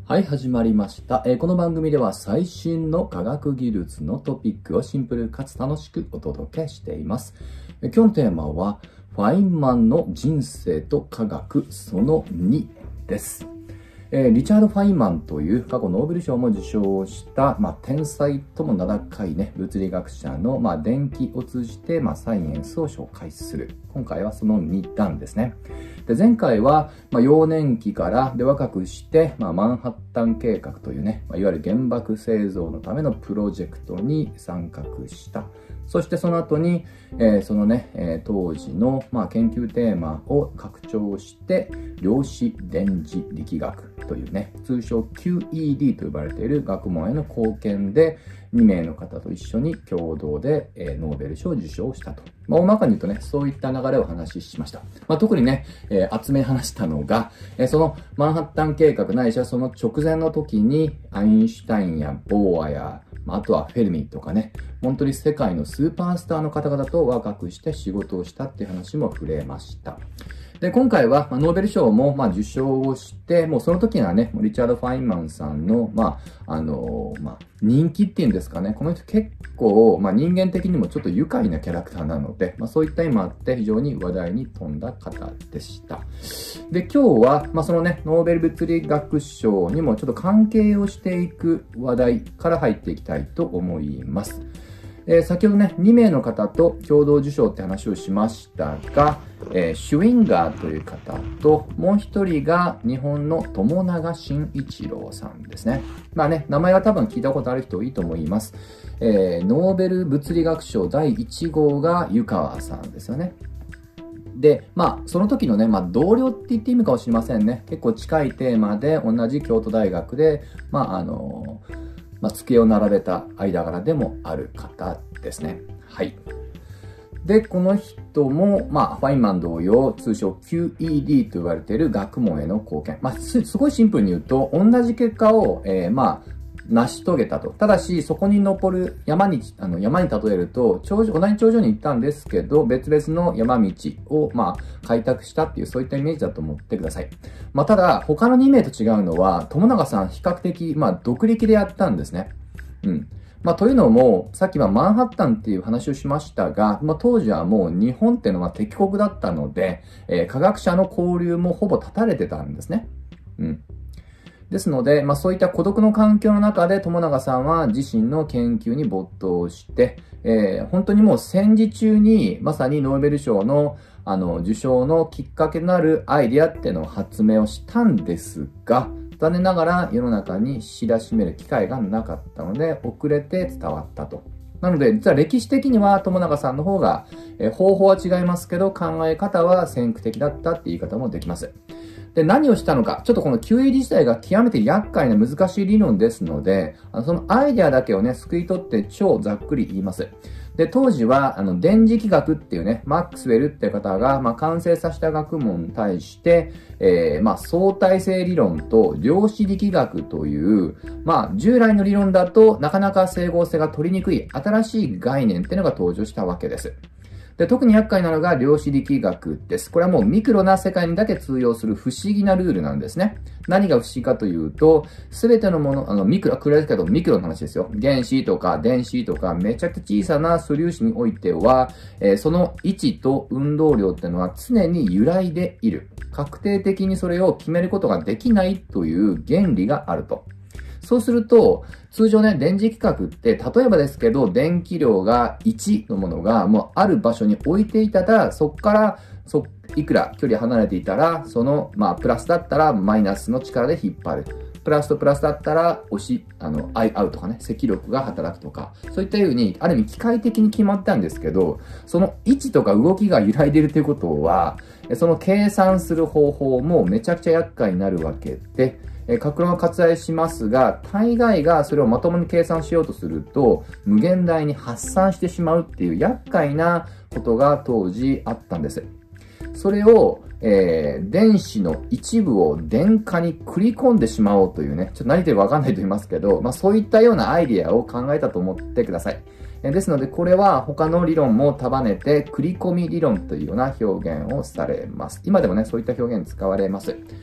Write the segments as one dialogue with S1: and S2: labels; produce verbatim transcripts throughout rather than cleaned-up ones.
S1: はい、始まりました、えー。この番組では最新の科学技術のトピックをシンプルかつ楽しくお届けしています。えー、今日のテーマは、ファインマンの人生と科学そのにです。えー、リチャード・ファインマンという過去ノーベル賞も受賞した、まあ、天才とも名高いね、物理学者の、まあ、電気を通じて、まあ、サイエンスを紹介する。今回はそのに弾ですね。で、前回は、まあ、幼年期からで若くして、まあ、マンハッタン計画というね、まあ、いわゆる原爆製造のためのプロジェクトに参画した。そしてその後に、えー、そのね、えー、当時の、まあ、研究テーマを拡張して、量子電磁力学というね、通称 キューイーディー と呼ばれている学問への貢献で、に名の方と一緒に共同で、えー、ノーベル賞を受賞したと。まあ、大まかに言うとね、そういった流れをお話ししました。まあ、特にね、えー、集め話したのが、えー、そのマンハッタン計画ないしはその直前の時に、アインシュタインやボーアや、あとはフェルミとかね、本当に世界のスーパースターの方々と若くして仕事をしたっていう話も触れました。で、今回は、まあ、ノーベル賞も、まあ、受賞をして、もうその時はね、リチャード・ファインマンさんの、まあ、あのー、まあ、人気っていうんですかね、この人結構、まあ、人間的にもちょっと愉快なキャラクターなので、まあ、そういった意味もあって非常に話題に富んだ方でした。で、今日は、まあ、そのね、ノーベル物理学賞にもちょっと関係をしていく話題から入っていきたいと思います。えー、先ほどね、に名の方と共同受賞って話をしましたが、えー、シュウィンガーという方と、もう一人が日本の友永慎一郎さんですね。まあね、名前は多分聞いたことある人多いと思います。えー、ノーベル物理学賞だいいち号が湯川さんですよね。で、まあ、その時のね、まあ、同僚って言っていいのかもしれませんね。結構近いテーマで、同じ京都大学で、まあ、あのー、まあ、机を並べた間柄でもある方ですね。はい。で、この人も、まあ、ファインマン同様、通称 キューイーディー と言われている学問への貢献。まあ、す、すごいシンプルに言うと、同じ結果を、えー、まあ、成し遂げたと。ただし、そこに登る山に、あの、山に例えると、頂上、同じ頂上に行ったんですけど、別々の山道を、まあ、開拓したっていう、そういったイメージだと思ってください。まあ、ただ、他のに名と違うのは、友永さん比較的、まあ、独力でやったんですね。うん。まあ、というのも、さっきはマンハッタンっていう話をしましたが、まあ、当時はもう日本っていうのは敵国だったので、えー、科学者の交流もほぼ断たれてたんですね。うん。ですので、まあ、そういった孤独の環境の中で友永さんは自身の研究に没頭して、えー、本当にもう戦時中にまさにノーベル賞のあの受賞のきっかけとなるアイディアっていうのを発明をしたんですが、残念ながら世の中に知らしめる機会がなかったので遅れて伝わったと。なので、実は歴史的には友永さんの方が、えー、方法は違いますけど考え方は先駆的だったって言い方もできます。で、何をしたのか。ちょっとこの キューイーディー 自体が極めて厄介な難しい理論ですので、あのそのアイデアだけをね、救い取って超ざっくり言います。で、当時は、あの、電磁気学っていうね、マックスウェルっていう方が、まあ、完成させた学問に対して、えー、まあ、相対性理論と量子力学という、まあ、従来の理論だとなかなか整合性が取りにくい新しい概念っていうのが登場したわけです。で、特に厄介なのが量子力学です。これはもうミクロな世界にだけ通用する不思議なルールなんですね。何が不思議かというと、すべてのもの、あの、ミクロ、暗いですけど、ミクロの話ですよ。原子とか電子とか、めちゃくちゃ小さな素粒子においては、えー、その位置と運動量っていうのは常に揺らいでいる。確定的にそれを決めることができないという原理があると。そうすると、通常ね、電磁気学って、例えばですけど、電気量がいちのものが、もうある場所に置いていたら、そこから、そ、いくら距離離れていたら、その、まあ、プラスだったら、マイナスの力で引っ張る。プラスとプラスだったら、押し、あの、合い合うとかね、積力が働くとか、そういったように、ある意味機械的に決まったんですけど、その位置とか動きが揺らいでいるということは、その計算する方法もめちゃくちゃ厄介になるわけで、格論は割愛しますが、大概がそれをまともに計算しようとすると、無限大に発散してしまうっていう厄介なことが当時あったんです。それを、えー、電子の一部を電荷に繰り込んでしまおうというね、ちょっと何言ってるかわかんないと言いますけど、まあそういったようなアイディアを考えたと思ってください。ですので、これは他の理論も束ねて、繰り込み理論というような表現をされます。今でもね、そういった表現使われます。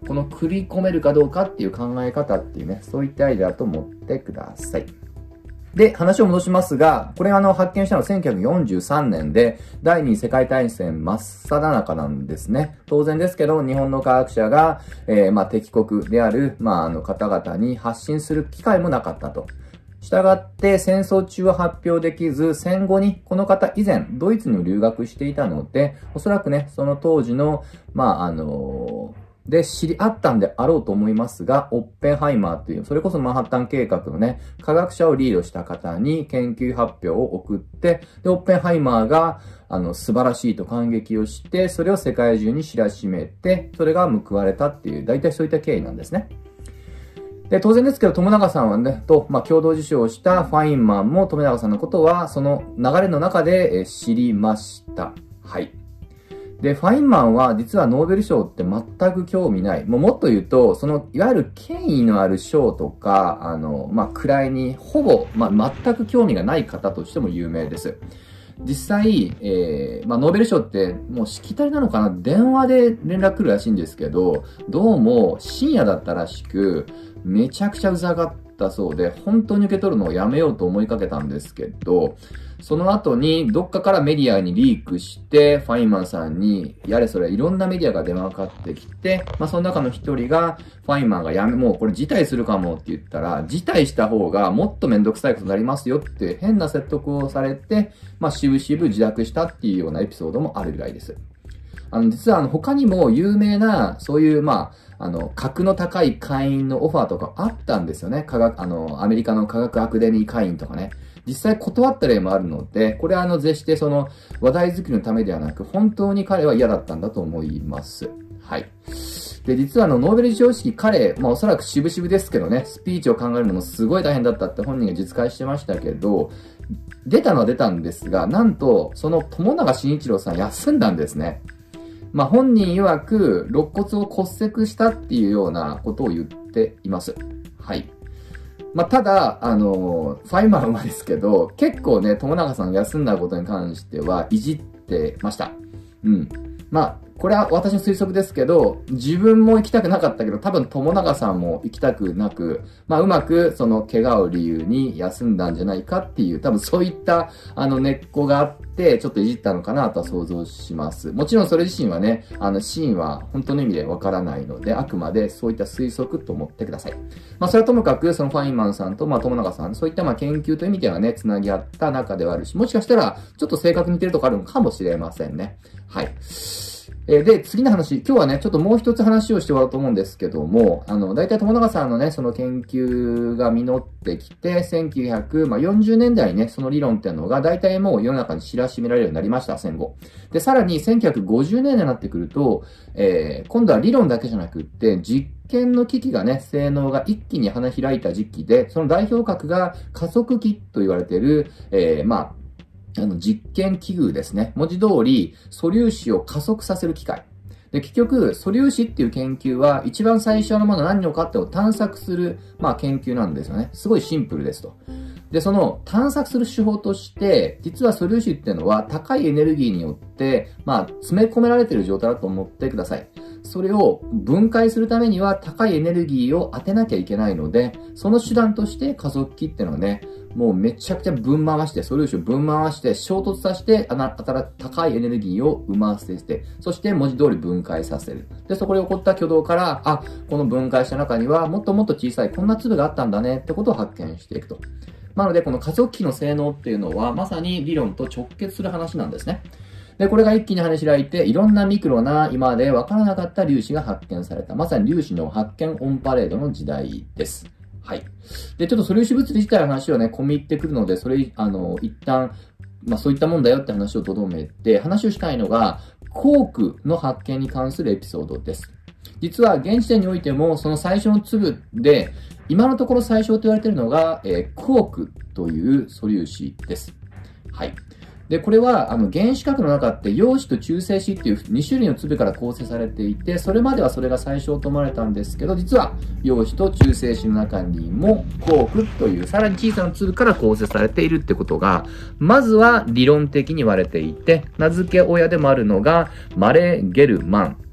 S1: この繰り込めるかどうかっていう考え方っていうね、そういったアイデアと思ってください。で、話を戻しますが、これあの、発見したのはせんきゅうひゃくよんじゅうさんねんで、第二次世界大戦真っ只中なんですね。当然ですけど、日本の科学者が、えー、まあ、敵国である、まあ、あの方々に発信する機会もなかったと。したがって、戦争中は発表できず、戦後に、この方以前、ドイツにも留学していたので、おそらくね、その当時の、まあ、あのー、で、知り合ったんであろうと思いますが、オッペンハイマーという、それこそマンハッタン計画のね、科学者をリードした方に研究発表を送って、で、オッペンハイマーが、あの、素晴らしいと感激をして、それを世界中に知らしめて、それが報われたっていう、大体そういった経緯なんですね。で、当然ですけど、友永さんはね、と、まあ、共同受賞したファインマンも友永さんのことは、その流れの中で知りました。はい。で、ファインマンは実はノーベル賞って全く興味ない。もうもっと言うと、その、いわゆる権威のある賞とか、あの、まあ、位にほぼ、まあ、全く興味がない方としても有名です。実際、えー、まあ、ノーベル賞ってもうしきたりなのかな、電話で連絡来るらしいんですけど、どうも深夜だったらしく、めちゃくちゃうざがったそうで、本当に受け取るのをやめようと思いかけたんですけど、その後にどっかからメディアにリークして、ファインマンさんに、やれそれいろんなメディアが出回ってきて、まあその中の一人が、ファインマンがやめ、もうこれ辞退するかもって言ったら、辞退した方がもっとめんどくさいことになりますよって変な説得をされて、まあしぶしぶ自宅したっていうようなエピソードもあるぐらいです。あの、実はあの他にも有名な、そういうまあ、あの、格の高い会員のオファーとかあったんですよね。科学、あの、アメリカの科学アカデミー会員とかね。実際断った例もあるので、これはあの、絶してその話題作りのためではなく、本当に彼は嫌だったんだと思います。はい。で、実はあの、ノーベル授賞式、彼、まあおそらく渋々ですけどね、スピーチを考えるのもすごい大変だったって本人が実感してましたけど、出たのは出たんですが、なんと、その友永慎一郎さん休んだんですね。まあ本人曰く、肋骨を骨折したっていうようなことを言っています。はい。まあ、ただ、あの、ファイマンはですけど、結構ね、友永さんが休んだことに関しては、いじってました。うん。まあ、これは私の推測ですけど、自分も行きたくなかったけど、多分友永さんも行きたくなく、まあ、うまくその怪我を理由に休んだんじゃないかっていう、多分そういった、あの、根っこがあって、ちょっといじったのかなとは想像します。もちろんそれ自身はね、あの、シーンは本当の意味でわからないので、あくまでそういった推測と思ってください。まあ、それはともかく、そのファインマンさんと、まあ、友永さん、そういったまあ、研究という意味ではね、つなぎ合った中ではあるし、もしかしたら、ちょっと性格似てるとこあるのかもしれませんね。はい。えー、で、次の話。今日はね、ちょっともう一つ話をして終わろうと思うんですけども、あの、大体友永さんのね、その研究が実ってきて、せんきゅうひゃくよんじゅうねんだいにね、その理論っていうのが大体もう世の中に知らしめられるようになりました、戦後。で、さらにせんきゅうひゃくごじゅうねんだいになってくると、えー、今度は理論だけじゃなくって、実験の機器がね、性能が一気に花開いた時期で、その代表格が加速器と言われている、えー、まあ、あの、実験器具ですね。文字通り、素粒子を加速させる機械。で、結局、素粒子っていう研究は、一番最初のものは何のかってを探索する、まあ、研究なんですよね。すごいシンプルですと。で、その探索する手法として、実は素粒子っていうのは高いエネルギーによって、まあ、詰め込められている状態だと思ってください。それを分解するためには高いエネルギーを当てなきゃいけないので、その手段として加速器っていうのはね、もうめちゃくちゃ分回して、素粒子を分回して、衝突させて、あな、高いエネルギーを生ませて、そして文字通り分解させる。で、そこで起こった挙動から、あ、この分解した中にはもっともっと小さいこんな粒があったんだねってことを発見していくと。なので、この加速器の性能っていうのは、まさに理論と直結する話なんですね。で、これが一気に花開いて、いろんなミクロな今まで分からなかった粒子が発見された。まさに粒子の発見オンパレードの時代です。はい。で、ちょっと素粒子物理自体の話はね、込み入ってくるので、それ、あの、一旦、まあそういったもんだよって話をとどめて、話をしたいのが、コークの発見に関するエピソードです。実は現時点においても、その最初の粒で、今のところ最小と言われているのが、えー、クォークという素粒子です。はい。で、これは、あの、原子核の中って陽子と中性子っていうに種類の粒から構成されていて、それまではそれが最小と思われたんですけど、実は陽子と中性子の中にもクォークというさらに小さな粒から構成されているってことが、まずは理論的に言われていて、名付け親でもあるのがマレー・ゲルマン。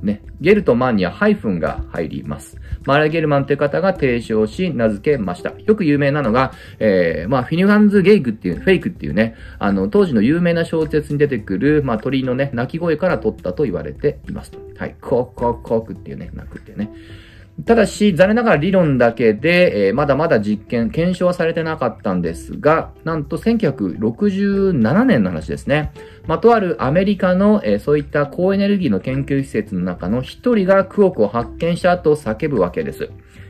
S1: ね、ゲルとマンにはハイフンが入ります。マーラ・ゲルマンという方が提唱し、名付けました。よく有名なのが、えー、まあ、フィニュガンズ・ゲイクっていう、フェイクっていうね、あの、当時の有名な小説に出てくる、まあ、鳥のね、鳴き声から取ったと言われていますと。はい、コークコークコークっていうね、鳴くっていうね。ただし、残念ながら理論だけで、えー、まだまだ実験、検証はされてなかったんですが、なんとせんきゅうひゃくろくじゅうななねんの話ですね。まあ、とあるアメリカの、えー、そういった高エネルギーの研究施設の中の一人がクオークを発見した後叫ぶわけです。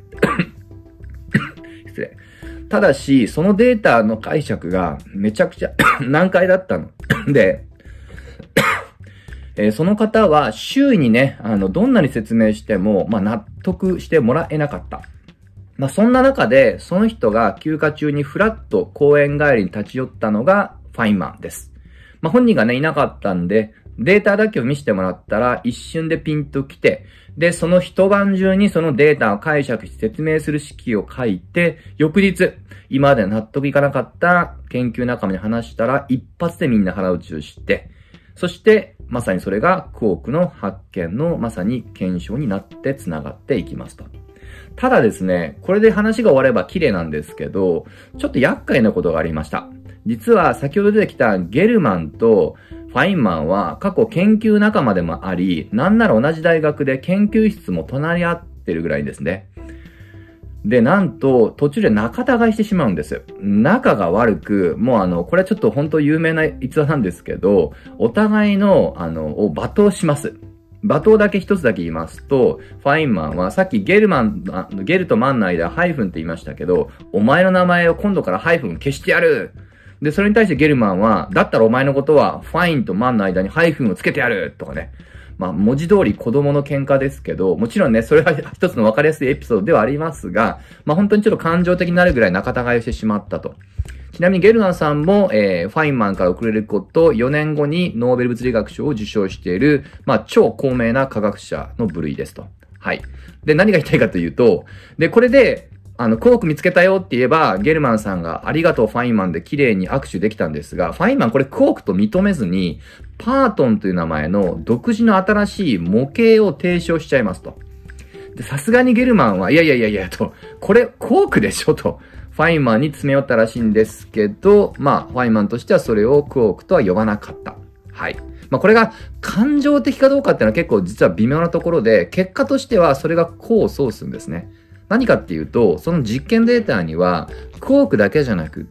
S1: 失礼。ただし、そのデータの解釈がめちゃくちゃ難解だったの。で、えー、その方は周囲にね、あの、どんなに説明しても、まあ、納得してもらえなかった。まあ、そんな中で、その人が休暇中にフラッと公園帰りに立ち寄ったのがファインマンです。まあ、本人がね、いなかったんで、データだけを見せてもらったら一瞬でピンと来て、で、その一晩中にそのデータを解釈して説明する式を書いて、翌日、今まで納得いかなかった研究仲間に話したら、一発でみんな腹打ちをして、そして、まさにそれがクォークの発見のまさに検証になって繋がっていきますと。ただですね、これで話が終われば綺麗なんですけど、ちょっと厄介なことがありました。実は先ほど出てきたゲルマンとファインマンは過去研究仲間でもあり、なんなら同じ大学で研究室も隣り合ってるぐらいですね。で、なんと、途中で仲違いしてしまうんです。仲が悪く、もうあの、これはちょっと本当有名な逸話なんですけど、お互いの、あの、を罵倒します。罵倒だけ一つだけ言いますと、ファインマンはさっきゲルマン、ゲルとマンの間ハイフンって言いましたけど、お前の名前を今度からハイフン消してやる。で、それに対してゲルマンは、だったらお前のことはファインとマンの間にハイフンをつけてやるとかね。まあ、文字通り子供の喧嘩ですけど、もちろんね、それは一つの分かりやすいエピソードではありますが、まあ、本当にちょっと感情的になるぐらい仲違いをしてしまったと。ちなみにゲルマンさんも、えー、ファインマンから遅れることよねんごにノーベル物理学賞を受賞している、まあ、超高名な科学者の部類ですと。はい。で、何が言いたいかというと、で、これで、あの、クォーク見つけたよって言えば、ゲルマンさんがありがとうファインマンで綺麗に握手できたんですが、ファインマンこれクォークと認めずに、パートンという名前の独自の新しい模型を提唱しちゃいますと。で、さすがにゲルマンは、いやいやいやいやと、これクォークでしょと、ファインマンに詰め寄ったらしいんですけど、まあ、ファインマンとしてはそれをクォークとは呼ばなかった。はい。まあ、これが感情的かどうかっていうのは結構実は微妙なところで、結果としてはそれが功を奏すんですね。何かっていうと、その実験データには、クォークだけじゃなくって、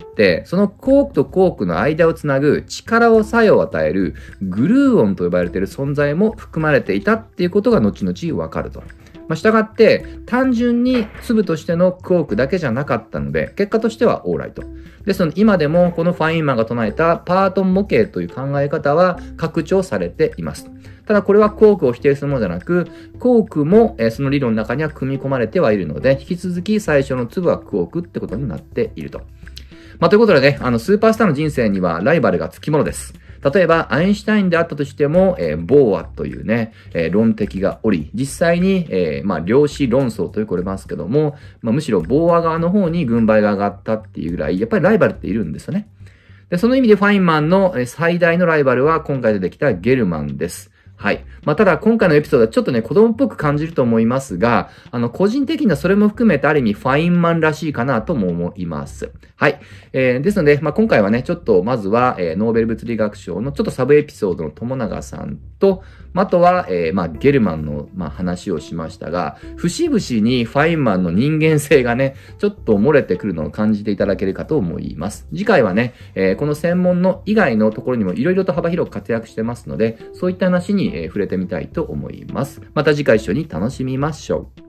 S1: そのクォークとクォークの間をつなぐ力を作用を与えるグルーオンと呼ばれている存在も含まれていたっていうことが後々わかると。まあ、従って、単純に粒としてのクォークだけじゃなかったので、結果としてはオーライと。ですので、今でもこのファインマンが唱えたパートン模型という考え方は拡張されています。ただこれはクォークを否定するものじゃなく、クォークもその理論の中には組み込まれてはいるので、引き続き最初の粒はクォークってことになっていると。まあ、ということでね、あの、スーパースターの人生にはライバルがつきものです。例えば、アインシュタインであったとしても、えー、ボーアというね、えー、論敵がおり、実際に、えー、まあ、量子論争とよく言われますけども、まあ、むしろボーア側の方に軍配が上がったっていうぐらい、やっぱりライバルっているんですよね。で、その意味でファインマンの最大のライバルは今回出てきたゲルマンです。はい。まあ、ただ今回のエピソードはちょっとね、子供っぽく感じると思いますが、あの、個人的にはそれも含めてある意味ファインマンらしいかなとも思います。はい。えー、ですので、まあ、今回はね、ちょっとまずは、えー、ノーベル物理学賞のちょっとサブエピソードの友永さんと、あとは、えー、まあ、ゲルマンの、まあ、話をしましたが、節々にファインマンの人間性がね、ちょっと漏れてくるのを感じていただけるかと思います。次回はね、えー、この専門の以外のところにもいろいろと幅広く活躍してますので、そういった話に、えー、触れてみたいと思います。また次回一緒に楽しみましょう。